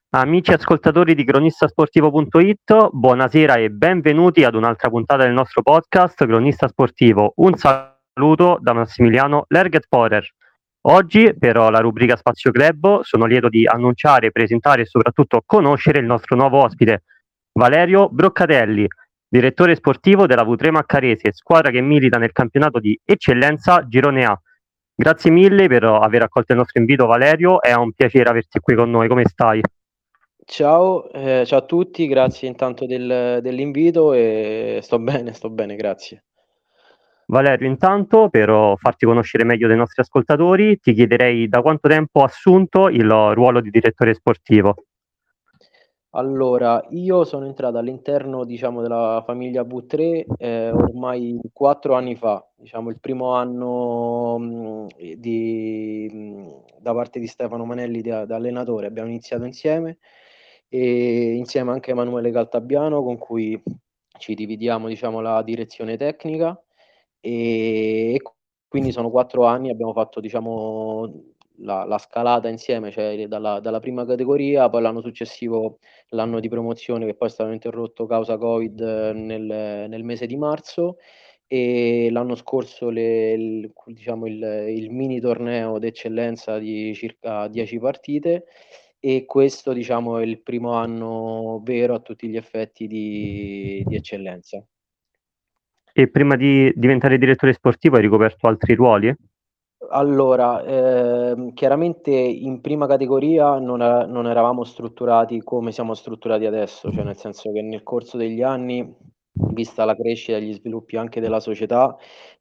Amici ascoltatori di cronistasportivo.it, buonasera e benvenuti ad un'altra puntata del nostro podcast Cronista Sportivo. Un saluto da Massimiliano Lerget Porer. Oggi, per la rubrica Spazio Club, sono lieto di annunciare, presentare e soprattutto conoscere il nostro nuovo ospite, Valerio Broccatelli, direttore sportivo della V3 Maccarese, squadra che milita nel campionato di eccellenza Girone A. Grazie mille per aver accolto il nostro invito, Valerio, è un piacere averti qui con noi. Come stai? Ciao, ciao a tutti, grazie intanto dell'invito e sto bene, grazie. Valerio, intanto per farti conoscere meglio dai nostri ascoltatori, ti chiederei da quanto tempo ha assunto il ruolo di direttore sportivo. Allora, io sono entrato all'interno, diciamo, della famiglia V3 ormai 4 anni fa, diciamo il primo anno da parte di Stefano Manelli da allenatore, abbiamo iniziato insieme e insieme anche a Emanuele Caltabiano con cui ci dividiamo, diciamo, la direzione tecnica e quindi sono 4 anni, abbiamo fatto diciamo la scalata insieme, cioè dalla prima categoria, poi l'anno successivo l'anno di promozione che poi è stato interrotto causa Covid nel mese di marzo e l'anno scorso diciamo il mini torneo d'eccellenza di circa 10 partite e questo diciamo è il primo anno vero a tutti gli effetti di eccellenza. E prima di diventare direttore sportivo hai ricoperto altri ruoli? Allora, chiaramente in prima categoria non eravamo strutturati come siamo strutturati adesso, cioè nel senso che nel corso degli anni, vista la crescita e gli sviluppi anche della società,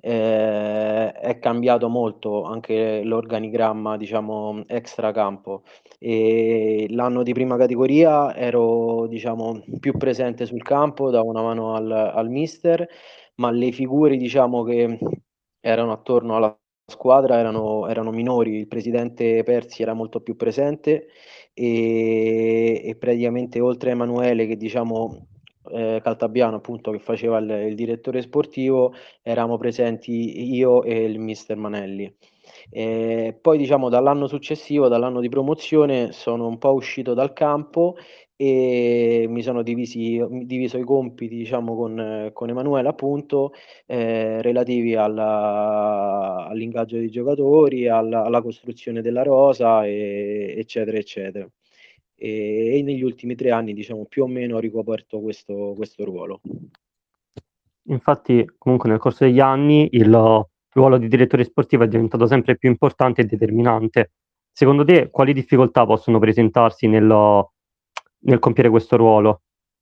è cambiato molto anche l'organigramma, diciamo, extracampo. L'anno di prima categoria ero, diciamo, più presente sul campo, davo una mano al mister, ma le figure, diciamo, che erano attorno alla squadra erano minori, il presidente Persi era molto più presente e praticamente oltre a Emanuele che diciamo Caltabiano appunto che faceva il direttore sportivo, eravamo presenti io e il mister Manelli. Poi diciamo dall'anno successivo, dall'anno di promozione, sono un po' uscito dal campo e mi sono diviso i compiti diciamo con Emanuele appunto relativi all'ingaggio dei giocatori, alla costruzione della rosa, eccetera, eccetera. E negli ultimi 3 anni, diciamo, più o meno ho ricoperto questo ruolo. Infatti, comunque nel corso degli anni il ruolo di direttore sportivo è diventato sempre più importante e determinante. Secondo te, quali difficoltà possono presentarsi nel compiere questo ruolo?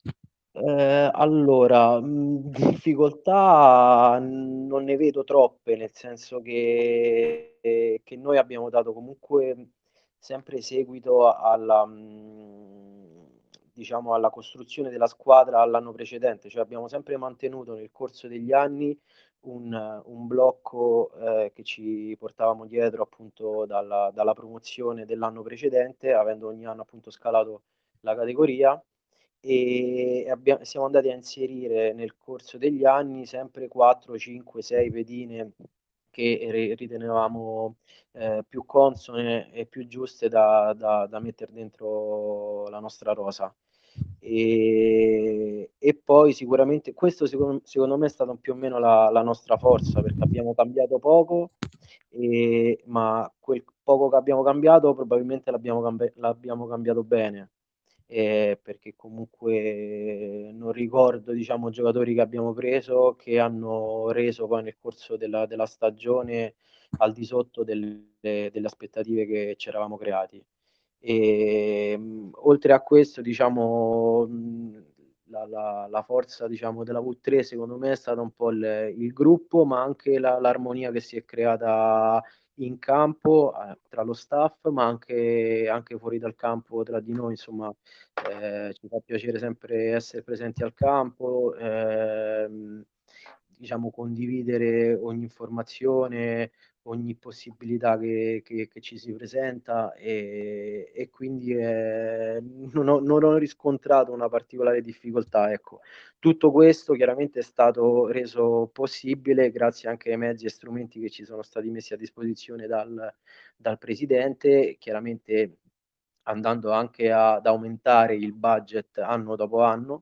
Allora, difficoltà non ne vedo troppe, nel senso che noi abbiamo dato comunque sempre seguito diciamo alla costruzione della squadra l'anno precedente, cioè abbiamo sempre mantenuto nel corso degli anni un blocco che ci portavamo dietro appunto dalla promozione dell'anno precedente, avendo ogni anno appunto scalato la categoria e siamo andati a inserire nel corso degli anni sempre 4, 5, 6 pedine che ritenevamo più consone e più giuste da mettere dentro la nostra rosa. E poi sicuramente questo secondo me è stata più o meno la nostra forza perché abbiamo cambiato poco, ma quel poco che abbiamo cambiato probabilmente l'abbiamo cambiato bene perché comunque non ricordo, diciamo, giocatori che abbiamo preso che hanno reso poi nel corso della stagione al di sotto delle aspettative che ci eravamo creati. Oltre a questo, diciamo, la forza, diciamo, della V3 secondo me è stata un po' il gruppo, ma anche l'armonia che si è creata in campo tra lo staff, ma anche fuori dal campo tra di noi, insomma, ci fa piacere sempre essere presenti al campo, diciamo condividere ogni informazione, ogni possibilità che ci si presenta e quindi non ho riscontrato una particolare difficoltà, ecco. Tutto questo chiaramente è stato reso possibile grazie anche ai mezzi e strumenti che ci sono stati messi a disposizione dal presidente, chiaramente andando anche ad aumentare il budget anno dopo anno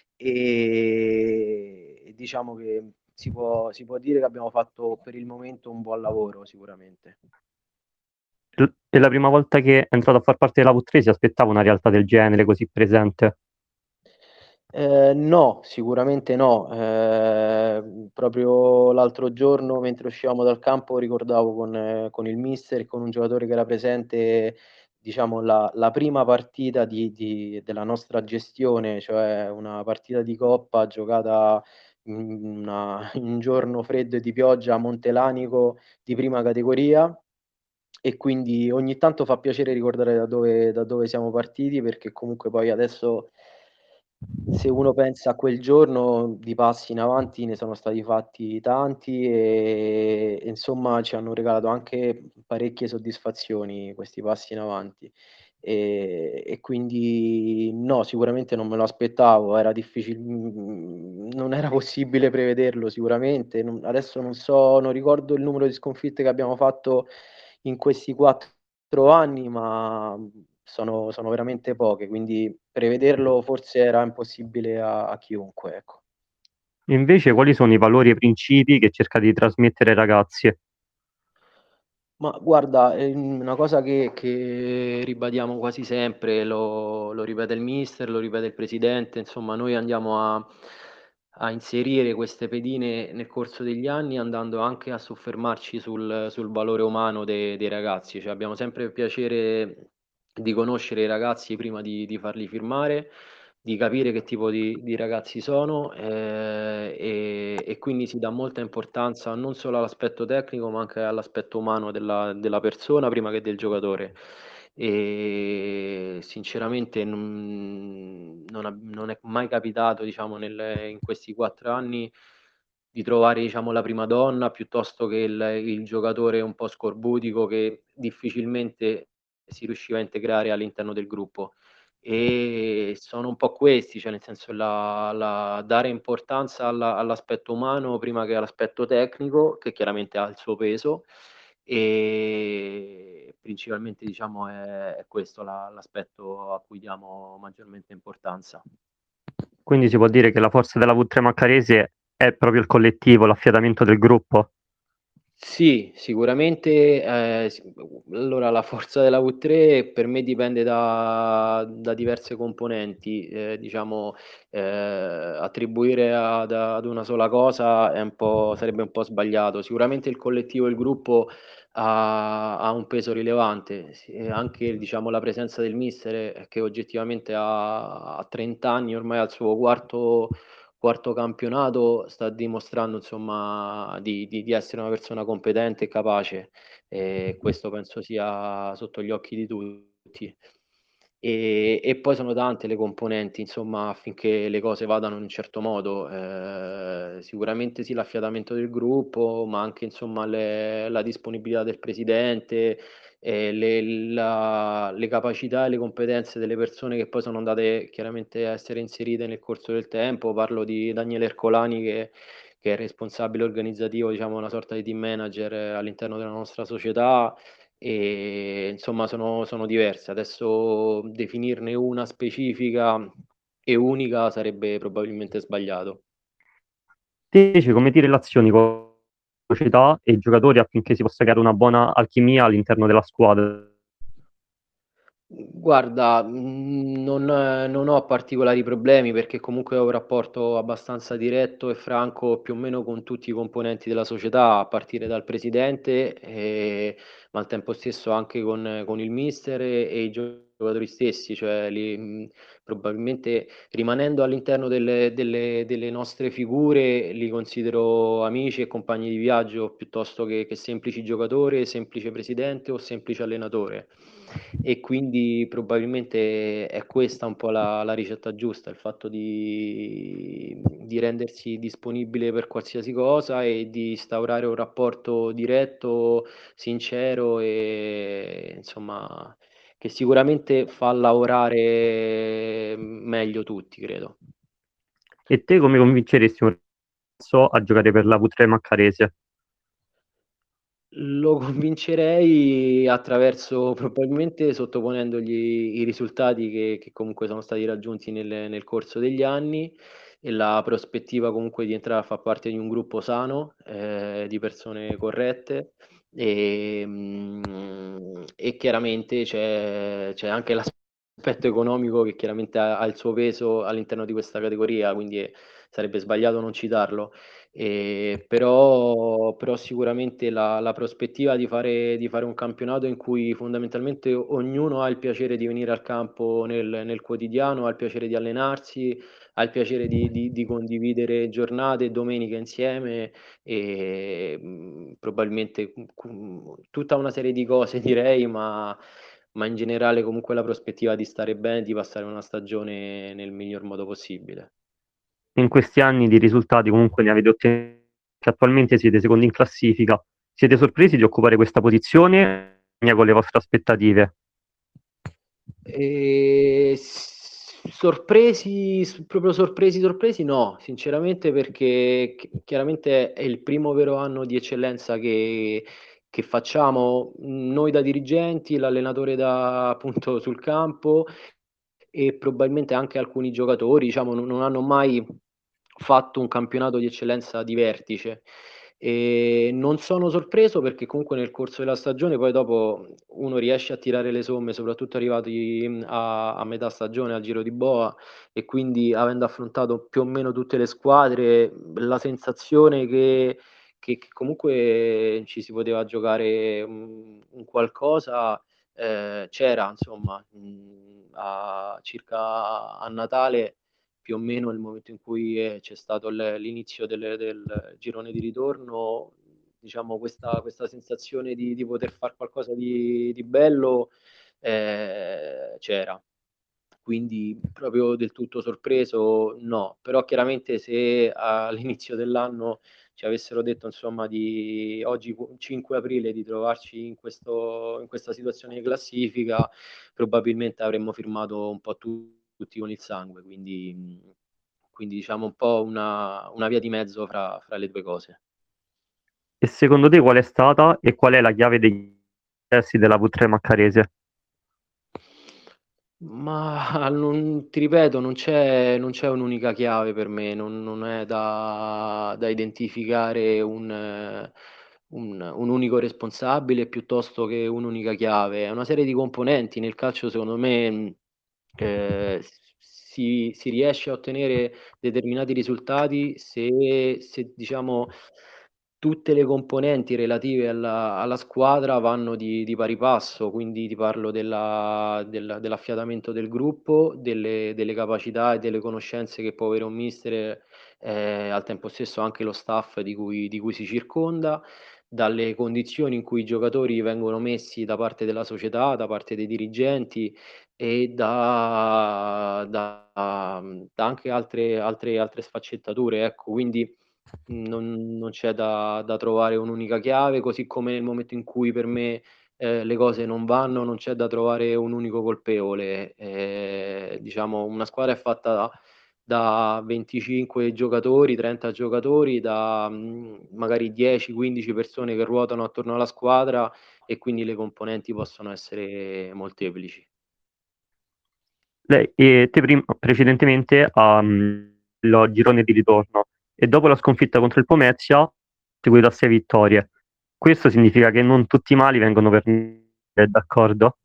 e diciamo che si può dire che abbiamo fatto per il momento un buon lavoro sicuramente. E la prima volta che è entrato a far parte della V3 si aspettava una realtà del genere così presente? No, sicuramente no. Proprio l'altro giorno, mentre uscivamo dal campo, ricordavo con il mister e con un giocatore che era presente, diciamo, la prima partita della nostra gestione, cioè una partita di coppa giocata in un giorno freddo e di pioggia a Montelanico di prima categoria. E quindi ogni tanto fa piacere ricordare da dove siamo partiti, perché comunque poi adesso, se uno pensa a quel giorno, di passi in avanti ne sono stati fatti tanti e insomma ci hanno regalato anche parecchie soddisfazioni questi passi in avanti. E quindi no, sicuramente non me lo aspettavo, era difficile, non era possibile prevederlo sicuramente. Adesso non so, non ricordo il numero di sconfitte che abbiamo fatto in questi 4 anni, ma sono veramente poche, quindi prevederlo forse era impossibile a chiunque, ecco. Invece, quali sono i valori e i principi che cercate di trasmettere ai ragazzi? Ma guarda, è una cosa che ribadiamo quasi sempre, lo ripete il mister, lo ripete il presidente, insomma, noi andiamo a inserire queste pedine nel corso degli anni, andando anche a soffermarci sul valore umano dei ragazzi, cioè abbiamo sempre il piacere di conoscere i ragazzi prima di farli firmare, di capire che tipo di ragazzi sono e quindi si dà molta importanza non solo all'aspetto tecnico ma anche all'aspetto umano della persona prima che del giocatore. E sinceramente non è mai capitato, diciamo, in questi 4 anni di trovare, diciamo, la prima donna piuttosto che il giocatore un po' scorbutico che difficilmente si riusciva a integrare all'interno del gruppo. E sono un po' questi, cioè nel senso dare importanza all'aspetto umano prima che all'aspetto tecnico, che chiaramente ha il suo peso, e principalmente diciamo è questo l'aspetto a cui diamo maggiormente importanza. Quindi si può dire che la forza della V3 Maccarese è proprio il collettivo, l'affiatamento del gruppo. Sì, sicuramente, allora la forza della V3 per me dipende da diverse componenti, diciamo, attribuire ad una sola cosa sarebbe un po' sbagliato. Sicuramente il collettivo e il gruppo ha un peso rilevante, e anche, diciamo, la presenza del mister che oggettivamente ha 30 anni, ormai al suo quarto campionato, sta dimostrando insomma di essere una persona competente e capace, e questo penso sia sotto gli occhi di tutti. E poi sono tante le componenti, insomma, affinché le cose vadano in un certo modo. Sicuramente sì, l'affiatamento del gruppo, ma anche insomma la disponibilità del presidente, le capacità e le competenze delle persone che poi sono andate chiaramente a essere inserite nel corso del tempo. Parlo di Daniele Ercolani che è responsabile organizzativo, diciamo una sorta di team manager all'interno della nostra società e insomma sono diverse. Adesso definirne una specifica e unica sarebbe probabilmente sbagliato. Te invece come ti relazioni con la società e i giocatori affinché si possa creare una buona alchimia all'interno della squadra? Guarda, non ho particolari problemi perché comunque ho un rapporto abbastanza diretto e franco più o meno con tutti i componenti della società, a partire dal presidente, ma al tempo stesso anche con il mister e i giocatori stessi, cioè probabilmente rimanendo all'interno delle nostre figure li considero amici e compagni di viaggio piuttosto che semplici giocatori, semplice presidente o semplice allenatore. E quindi probabilmente è questa un po' la ricetta giusta, il fatto di rendersi disponibile per qualsiasi cosa e di instaurare un rapporto diretto, sincero e insomma che sicuramente fa lavorare meglio tutti, credo. E te come convinceresti un ragazzo a giocare per la V3 Maccarese? Lo convincerei attraverso probabilmente sottoponendogli i risultati che comunque sono stati raggiunti nel corso degli anni e la prospettiva comunque di entrare a far parte di un gruppo sano, di persone corrette e chiaramente c'è anche l'aspetto economico che chiaramente ha il suo peso all'interno di questa categoria, quindi sarebbe sbagliato non citarlo. Però sicuramente la prospettiva di fare un campionato in cui fondamentalmente ognuno ha il piacere di venire al campo nel quotidiano, ha il piacere di allenarsi, ha il piacere di condividere giornate e domeniche insieme e probabilmente tutta una serie di cose direi, ma in generale comunque la prospettiva di stare bene, di passare una stagione nel miglior modo possibile. In questi anni di risultati comunque ne avete ottenuti, che attualmente siete secondi in classifica. Siete sorpresi di occupare questa posizione? Con le vostre aspettative? Sorpresi, proprio sorpresi, sorpresi no, sinceramente perché chiaramente è il primo vero anno di eccellenza che facciamo noi da dirigenti, l'allenatore da appunto sul campo e probabilmente anche alcuni giocatori, diciamo, non hanno mai fatto un campionato di eccellenza di vertice. E non sono sorpreso perché comunque nel corso della stagione poi dopo uno riesce a tirare le somme, soprattutto arrivati a metà stagione al Giro di Boa e quindi avendo affrontato più o meno tutte le squadre, la sensazione che comunque ci si poteva giocare un qualcosa c'era, insomma, circa a Natale più o meno nel momento in cui c'è stato l'inizio del girone di ritorno, diciamo questa sensazione di poter fare qualcosa di bello c'era. Quindi proprio del tutto sorpreso no, però chiaramente se all'inizio dell'anno ci avessero detto insomma di oggi 5 aprile di trovarci in questa situazione di classifica, probabilmente avremmo firmato un po' tutti con il sangue, quindi diciamo un po' una via di mezzo fra le due cose. E secondo te qual è stata e qual è la chiave degli successi della V3 Maccarese? Ma ti ripeto, non c'è un'unica chiave per me, non è da identificare un unico responsabile piuttosto che un'unica chiave. È una serie di componenti. Nel calcio, secondo me, si riesce a ottenere determinati risultati se diciamo tutte le componenti relative alla squadra vanno di pari passo, quindi ti parlo dell'affiatamento del gruppo, delle capacità e delle conoscenze che può avere un mister, al tempo stesso anche lo staff di cui si circonda, dalle condizioni in cui i giocatori vengono messi da parte della società, da parte dei dirigenti e da anche altre sfaccettature, ecco. Quindi non c'è da trovare un'unica chiave, così come nel momento in cui per me le cose non vanno, non c'è da trovare un unico colpevole. Diciamo, una squadra è fatta da 25 giocatori, 30 giocatori, da magari 10-15 persone che ruotano attorno alla squadra e quindi le componenti possono essere molteplici. Te precedentemente al girone di ritorno e dopo la sconfitta contro il Pomezia seguito a 6 vittorie. Questo significa che non tutti i mali vengono per niente, d'accordo?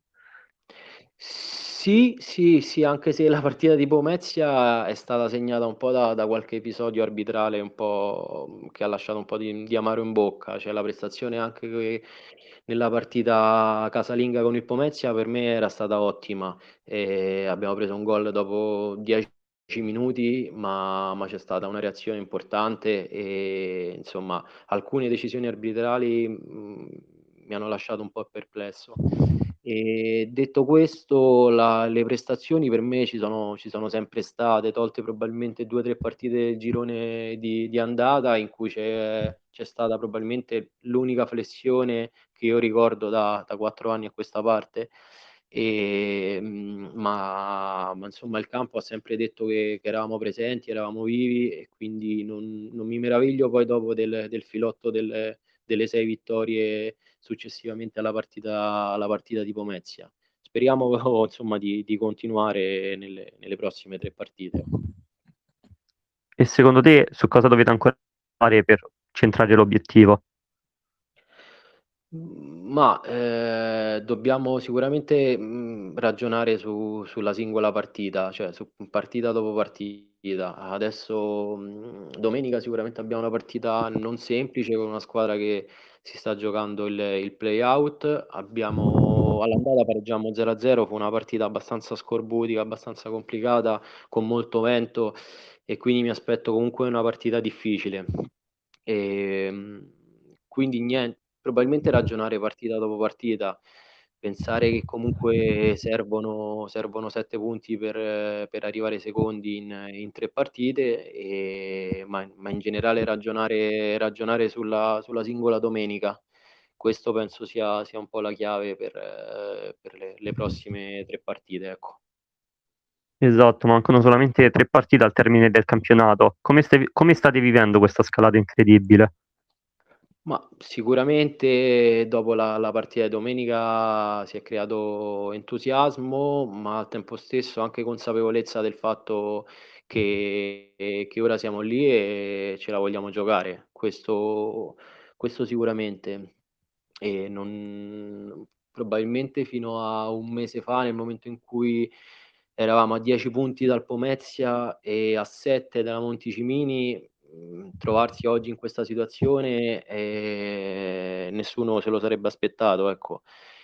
Sì, sì, sì, anche se la partita di Pomezia è stata segnata un po' da qualche episodio arbitrale un po' che ha lasciato un po' di amaro in bocca, cioè la prestazione anche nella partita casalinga con il Pomezia per me era stata ottima. E abbiamo preso un gol dopo 10 minuti, ma c'è stata una reazione importante e insomma alcune decisioni arbitrali mi hanno lasciato un po' perplesso. E detto questo, le prestazioni per me ci sono sempre state, tolte probabilmente 2 o 3 partite del girone di andata in cui c'è stata probabilmente l'unica flessione che io ricordo da 4 anni a questa parte. Ma insomma il campo ha sempre detto che eravamo presenti, eravamo vivi e quindi non mi meraviglio poi dopo del filotto delle 6 vittorie successivamente alla partita di Pomezia. Speriamo insomma di continuare nelle prossime 3 partite, ecco. E secondo te su cosa dovete ancora fare per centrare l'obiettivo? Ma dobbiamo sicuramente ragionare sulla singola partita, cioè su partita dopo partita. Adesso domenica sicuramente abbiamo una partita non semplice con una squadra che si sta giocando il play-out. All'andata pareggiamo 0-0, fu una partita abbastanza scorbutica, abbastanza complicata, con molto vento e quindi mi aspetto comunque una partita difficile. Quindi niente, probabilmente ragionare partita dopo partita, pensare che comunque servono 7 punti per arrivare secondi in 3 partite, ma in generale ragionare sulla singola domenica. Questo penso sia un po' la chiave per le prossime 3 partite, ecco. Esatto, mancano solamente 3 partite al termine del campionato. Come state vivendo questa scalata incredibile? Ma sicuramente dopo la partita di domenica si è creato entusiasmo, ma al tempo stesso anche consapevolezza del fatto che ora siamo lì e ce la vogliamo giocare. Questo sicuramente. Probabilmente fino a un mese fa, nel momento in cui eravamo a 10 punti dal Pomezia e a 7 dalla Monticimini, trovarsi oggi in questa situazione, nessuno se lo sarebbe aspettato, ecco.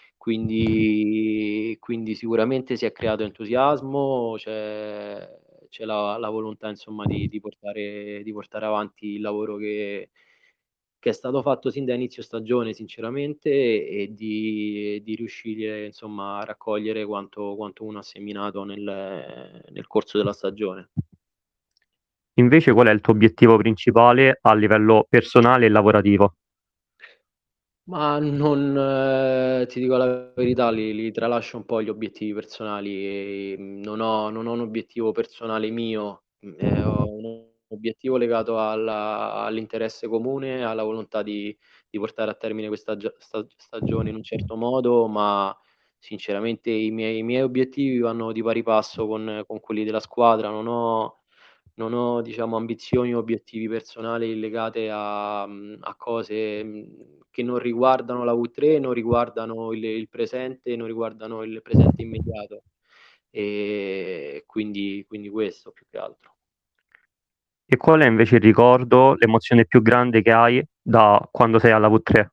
Quindi sicuramente si è creato entusiasmo, c'è la volontà insomma di portare avanti il lavoro che è stato fatto sin da inizio stagione sinceramente, e di riuscire insomma a raccogliere quanto uno ha seminato nel corso della stagione. Invece qual è il tuo obiettivo principale a livello personale e lavorativo? Ma non ti dico la verità, li tralascio un po' gli obiettivi personali. Non ho un obiettivo personale mio, ho un obiettivo legato all'interesse comune, alla volontà di portare a termine questa stagione in un certo modo, ma sinceramente i miei obiettivi vanno di pari passo con quelli della squadra. Non ho diciamo ambizioni o obiettivi personali legate a cose, che non riguardano la V3, non riguardano il presente, non riguardano il presente immediato. Quindi questo più che altro. E qual è invece il ricordo, l'emozione più grande che hai da quando sei alla V3?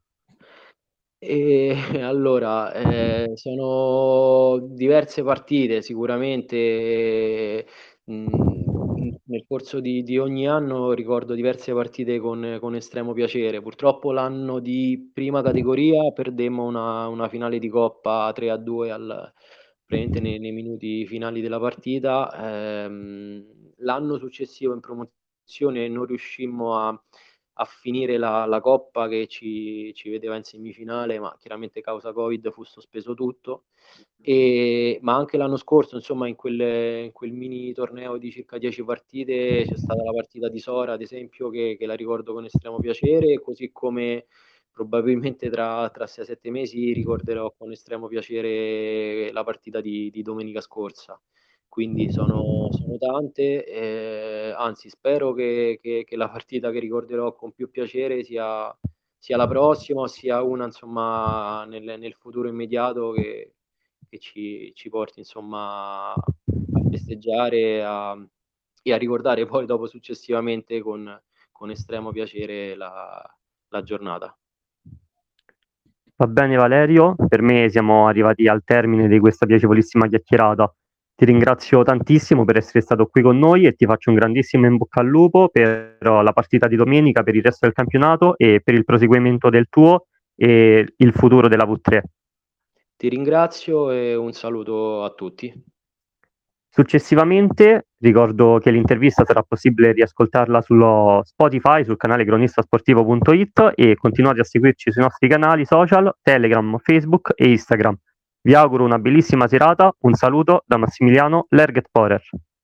Allora, sono diverse partite sicuramente, nel corso di ogni anno ricordo diverse partite con estremo piacere. Purtroppo l'anno di prima categoria perdemmo una finale di coppa 3-2 praticamente nei minuti finali della partita. L'anno successivo in promozione non riuscimmo a finire la coppa che ci vedeva in semifinale, ma chiaramente causa Covid fu sospeso tutto. Ma anche l'anno scorso, insomma, in quel mini torneo di circa 10 partite c'è stata la partita di Sora, ad esempio, che la ricordo con estremo piacere, così come probabilmente tra 6-7 mesi ricorderò con estremo piacere la partita di domenica scorsa. Quindi sono tante, anzi spero che la partita che ricorderò con più piacere sia la prossima, o sia una insomma nel futuro immediato che ci porti insomma a festeggiare e a ricordare poi dopo successivamente con estremo piacere la giornata. Va bene Valerio, per me siamo arrivati al termine di questa piacevolissima chiacchierata. Ti ringrazio tantissimo per essere stato qui con noi e ti faccio un grandissimo in bocca al lupo per la partita di domenica, per il resto del campionato e per il proseguimento del tuo e il futuro della V3. Ti ringrazio e un saluto a tutti. Successivamente ricordo che l'intervista sarà possibile riascoltarla sullo Spotify, sul canale cronistasportivo.it e continuate a seguirci sui nostri canali social, Telegram, Facebook e Instagram. Vi auguro una bellissima serata, un saluto da Massimiliano Lerget Porer.